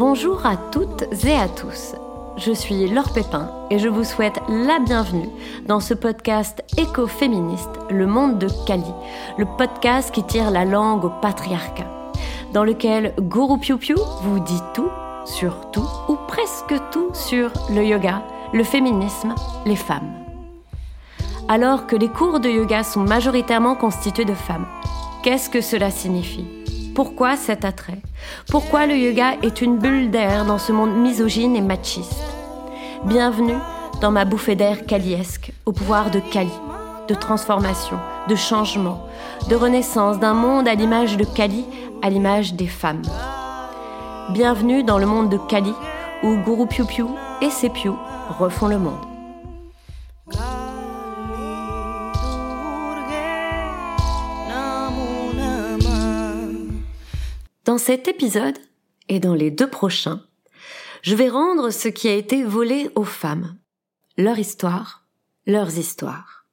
Bonjour à toutes et à tous. Je suis Laure Pépin et je vous souhaite la bienvenue dans ce podcast écoféministe, Le Monde de Kali, le podcast qui tire la langue au patriarcat, dans lequel Guru Piu Piu vous dit tout, sur tout ou presque tout sur le yoga, le féminisme, les femmes. Alors que les cours de yoga sont majoritairement constitués de femmes, qu'est-ce que cela signifie ? Pourquoi cet attrait ? Pourquoi le yoga est une bulle d'air dans ce monde misogyne et machiste ? Bienvenue dans ma bouffée d'air kaliesque, au pouvoir de Kali, de transformation, de changement, de renaissance d'un monde à l'image de Kali, à l'image des femmes. Bienvenue dans le monde de Kali, où Guru Piu Piu et ses Piu refont le monde. Dans cet épisode, et dans les 2 prochains, je vais rendre ce qui a été volé aux femmes. Leur histoire, leurs histoires.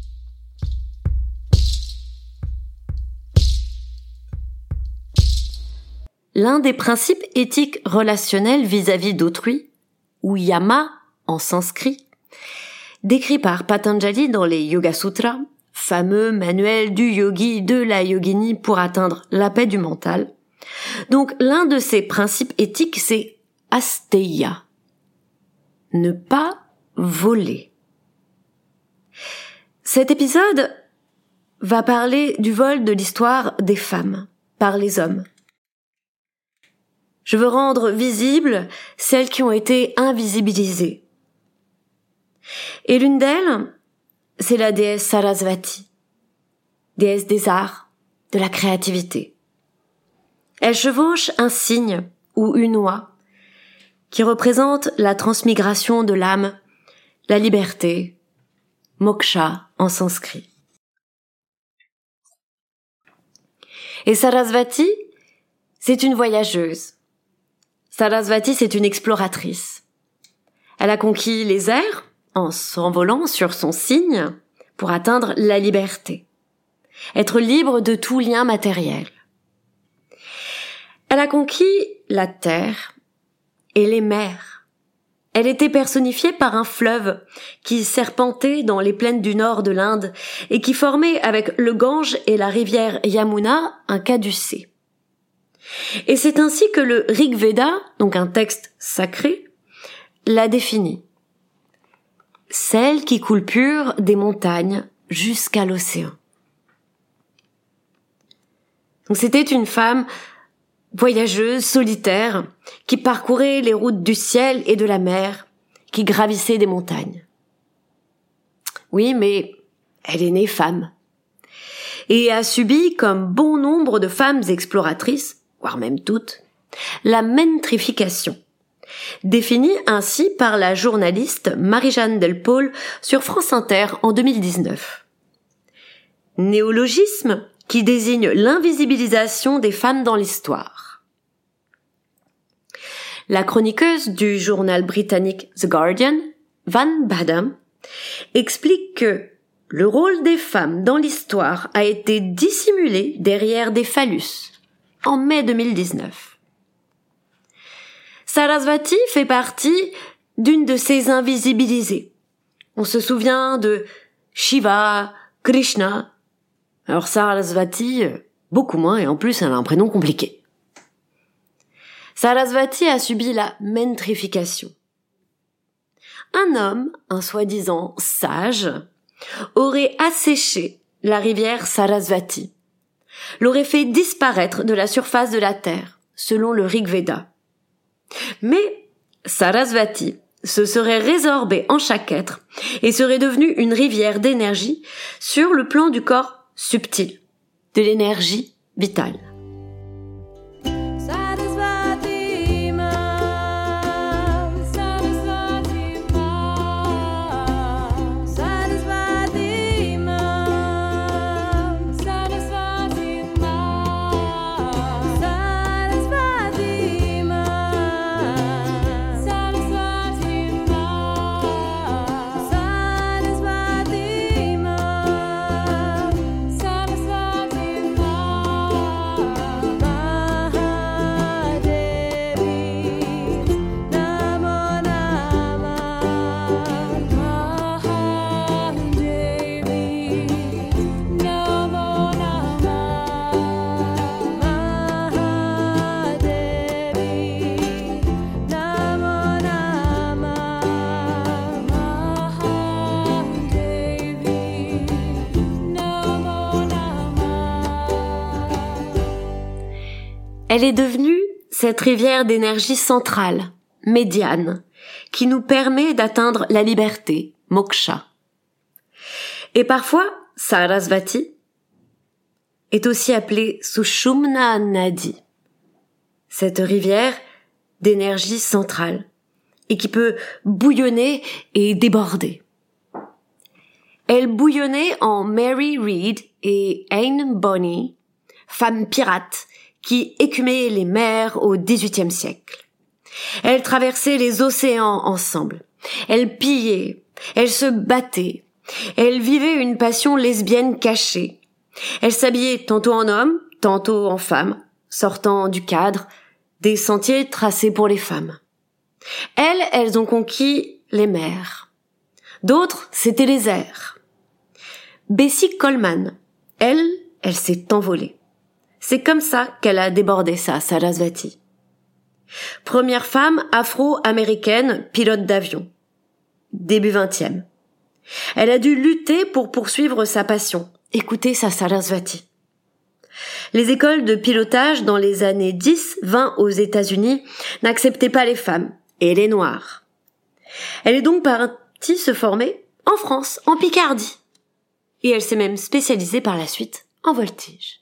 L'un des principes éthiques relationnels vis-à-vis d'autrui, ou yama en sanskrit, décrit par Patanjali dans les Yoga Sutras, fameux manuel du yogi, de la yogini pour atteindre la paix du mental. Donc l'un de ces principes éthiques, c'est asteya, ne pas voler. Cet épisode va parler du vol de l'histoire des femmes par les hommes. Je veux rendre visibles celles qui ont été invisibilisées. Et l'une d'elles, c'est la déesse Sarasvati, déesse des arts, de la créativité. Elle chevauche un cygne ou une oie qui représente la transmigration de l'âme, la liberté, moksha en sanskrit. Et Sarasvati, c'est une voyageuse. Sarasvati, c'est une exploratrice. Elle a conquis les airs en s'envolant sur son cygne pour atteindre la liberté, être libre de tout lien matériel. Elle a conquis la terre et les mers. Elle était personnifiée par un fleuve qui serpentait dans les plaines du nord de l'Inde et qui formait avec le Gange et la rivière Yamuna un caducée. Et c'est ainsi que le Rig Veda, donc un texte sacré, la définit. Celle qui coule pure des montagnes jusqu'à l'océan. Donc c'était une femme voyageuse, solitaire, qui parcourait les routes du ciel et de la mer, qui gravissait des montagnes. Oui, mais elle est née femme. Et a subi, comme bon nombre de femmes exploratrices, voire même toutes, la mentrification, définie ainsi par la journaliste Marie-Jeanne Delpaul sur France Inter en 2019. Néologisme qui désigne l'invisibilisation des femmes dans l'histoire. La chroniqueuse du journal britannique The Guardian, Van Badham, explique que le rôle des femmes dans l'histoire a été dissimulé derrière des phallus en mai 2019. Sarasvati fait partie d'une de ces invisibilisées. On se souvient de Shiva, Krishna. Alors Sarasvati, beaucoup moins, et en plus elle a un prénom compliqué. Sarasvati a subi la mentrification. Un homme, un soi-disant sage, aurait asséché la rivière Sarasvati, l'aurait fait disparaître de la surface de la terre, selon le Rig Veda. Mais Sarasvati se serait résorbée en chaque être et serait devenue une rivière d'énergie sur le plan du corps subtil, de l'énergie vitale. Elle est devenue cette rivière d'énergie centrale, médiane, qui nous permet d'atteindre la liberté, moksha. Et parfois, Sarasvati est aussi appelée Sushumna Nadi, cette rivière d'énergie centrale, et qui peut bouillonner et déborder. Elle bouillonnait en Mary Read et Anne Bonny, femmes pirates qui écumaient les mers au XVIIIe siècle. Elles traversaient les océans ensemble. Elles pillaient, elles se battaient. Elles vivaient une passion lesbienne cachée. Elles s'habillaient tantôt en homme, tantôt en femme, sortant du cadre des sentiers tracés pour les femmes. Elles ont conquis les mers. D'autres, c'était les airs. Bessie Coleman, elle s'est envolée. C'est comme ça qu'elle a débordé ça, Sarasvati. Première femme afro-américaine pilote d'avion. Début 20e. Elle a dû lutter pour poursuivre sa passion. Écoutez sa Sarasvati. Les écoles de pilotage dans les années 10-20 aux États-Unis n'acceptaient pas les femmes et les noirs. Elle est donc partie se former en France, en Picardie. Et elle s'est même spécialisée par la suite en voltige.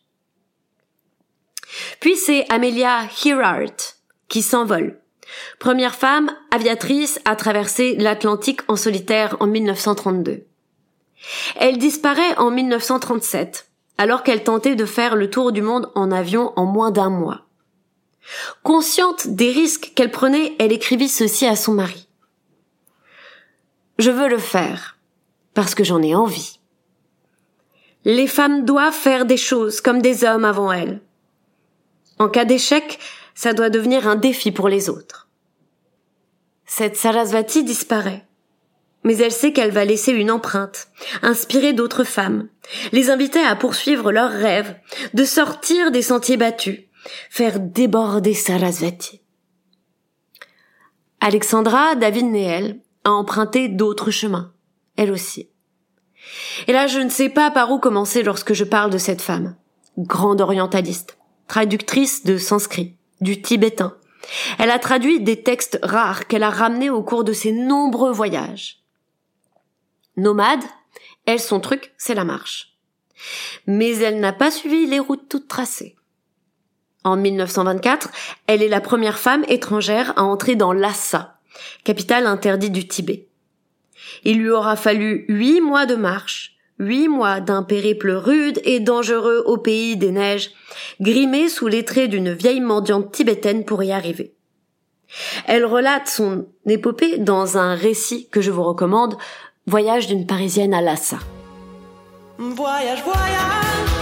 Puis c'est Amelia Earhart qui s'envole. Première femme aviatrice à traverser l'Atlantique en solitaire en 1932. Elle disparaît en 1937, alors qu'elle tentait de faire le tour du monde en avion en moins d'1 mois. Consciente des risques qu'elle prenait, elle écrivit ceci à son mari. « Je veux le faire, parce que j'en ai envie. Les femmes doivent faire des choses comme des hommes avant elles. En cas d'échec, ça doit devenir un défi pour les autres. » Cette Sarasvati disparaît. Mais elle sait qu'elle va laisser une empreinte, inspirer d'autres femmes, les inviter à poursuivre leurs rêves, de sortir des sentiers battus, faire déborder Sarasvati. Alexandra David-Néel a emprunté d'autres chemins, elle aussi. Et là, je ne sais pas par où commencer lorsque je parle de cette femme. Grande orientaliste, traductrice de sanskrit, du tibétain. Elle a traduit des textes rares qu'elle a ramenés au cours de ses nombreux voyages. Nomade, elle, son truc, c'est la marche. Mais elle n'a pas suivi les routes toutes tracées. En 1924, elle est la première femme étrangère à entrer dans Lhasa, capitale interdite du Tibet. Il lui aura fallu 8 mois de marche, 8 mois d'un périple rude et dangereux au pays des neiges, grimé sous les traits d'une vieille mendiante tibétaine pour y arriver. Elle relate son épopée dans un récit que je vous recommande, Voyage d'une Parisienne à Lhasa. Voyage, voyage.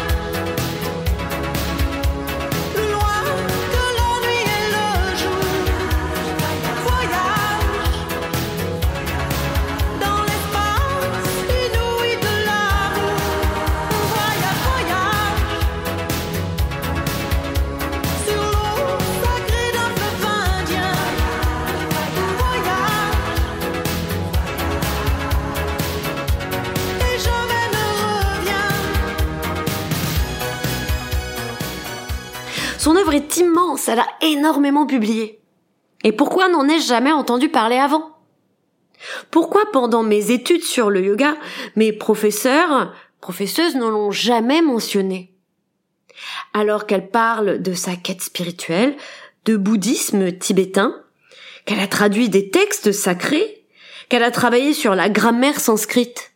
Son œuvre est immense, elle a énormément publié. Et pourquoi n'en ai-je jamais entendu parler avant ? Pourquoi pendant mes études sur le yoga, mes professeuses ne l'ont jamais mentionné ? Alors qu'elle parle de sa quête spirituelle, de bouddhisme tibétain, qu'elle a traduit des textes sacrés, qu'elle a travaillé sur la grammaire sanscrite.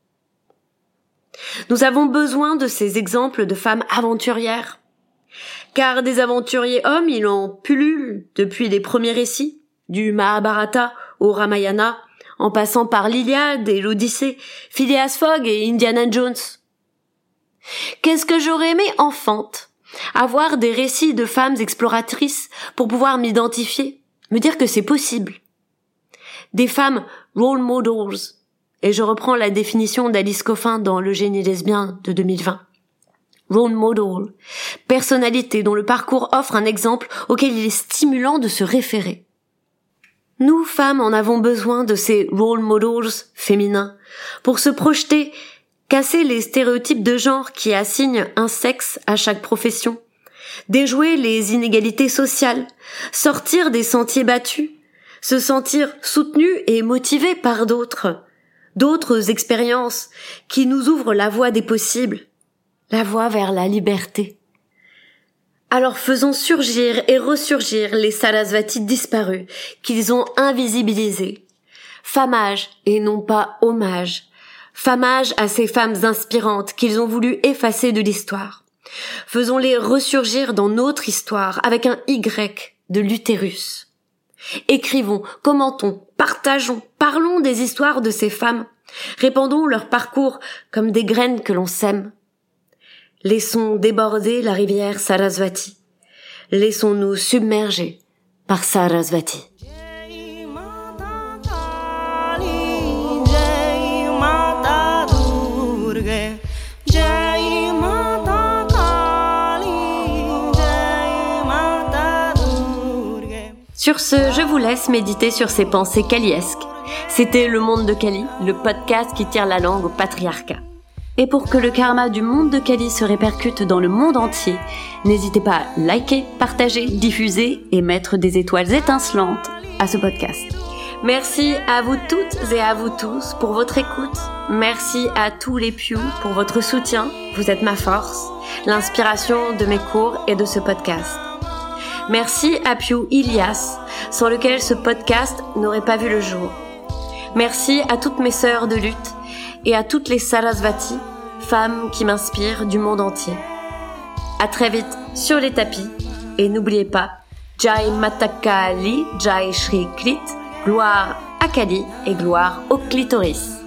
Nous avons besoin de ces exemples de femmes aventurières. Car des aventuriers hommes, il en pullule depuis les premiers récits, du Mahabharata au Ramayana, en passant par l'Iliade et l'Odyssée, Phileas Fogg et Indiana Jones. Qu'est-ce que j'aurais aimé enfante, avoir des récits de femmes exploratrices pour pouvoir m'identifier, me dire que c'est possible. Des femmes role models, et je reprends la définition d'Alice Coffin dans Le génie lesbien de 2020. Role model, personnalité dont le parcours offre un exemple auquel il est stimulant de se référer. Nous, femmes, en avons besoin de ces role models féminins pour se projeter, casser les stéréotypes de genre qui assignent un sexe à chaque profession, déjouer les inégalités sociales, sortir des sentiers battus, se sentir soutenu et motivé par d'autres expériences qui nous ouvrent la voie des possibles, la voie vers la liberté. Alors faisons surgir et ressurgir les Sarasvati disparus qu'ils ont invisibilisés. Famage et non pas hommage. Famage à ces femmes inspirantes qu'ils ont voulu effacer de l'histoire. Faisons-les ressurgir dans notre histoire avec un Y de l'utérus. Écrivons, commentons, partageons, parlons des histoires de ces femmes. Répandons leur parcours comme des graines que l'on sème. Laissons déborder la rivière Sarasvati. Laissons-nous submerger par Sarasvati. Sur ce, je vous laisse méditer sur ces pensées kaliesques. C'était Le Monde de Kali, le podcast qui tire la langue au patriarcat. Et pour que le karma du monde de Kali se répercute dans le monde entier, n'hésitez pas à liker, partager, diffuser et mettre des étoiles étincelantes à ce podcast. Merci à vous toutes et à vous tous pour votre écoute. Merci à tous les Piu pour votre soutien. Vous êtes ma force, l'inspiration de mes cours et de ce podcast. Merci à Piu Ilias, sans lequel ce podcast n'aurait pas vu le jour. Merci à toutes mes sœurs de lutte et à toutes les Sarasvati, femmes qui m'inspirent du monde entier. À très vite sur les tapis et n'oubliez pas, Jai Mata Kali, Jai Shri Klit, gloire à Kali et gloire au clitoris.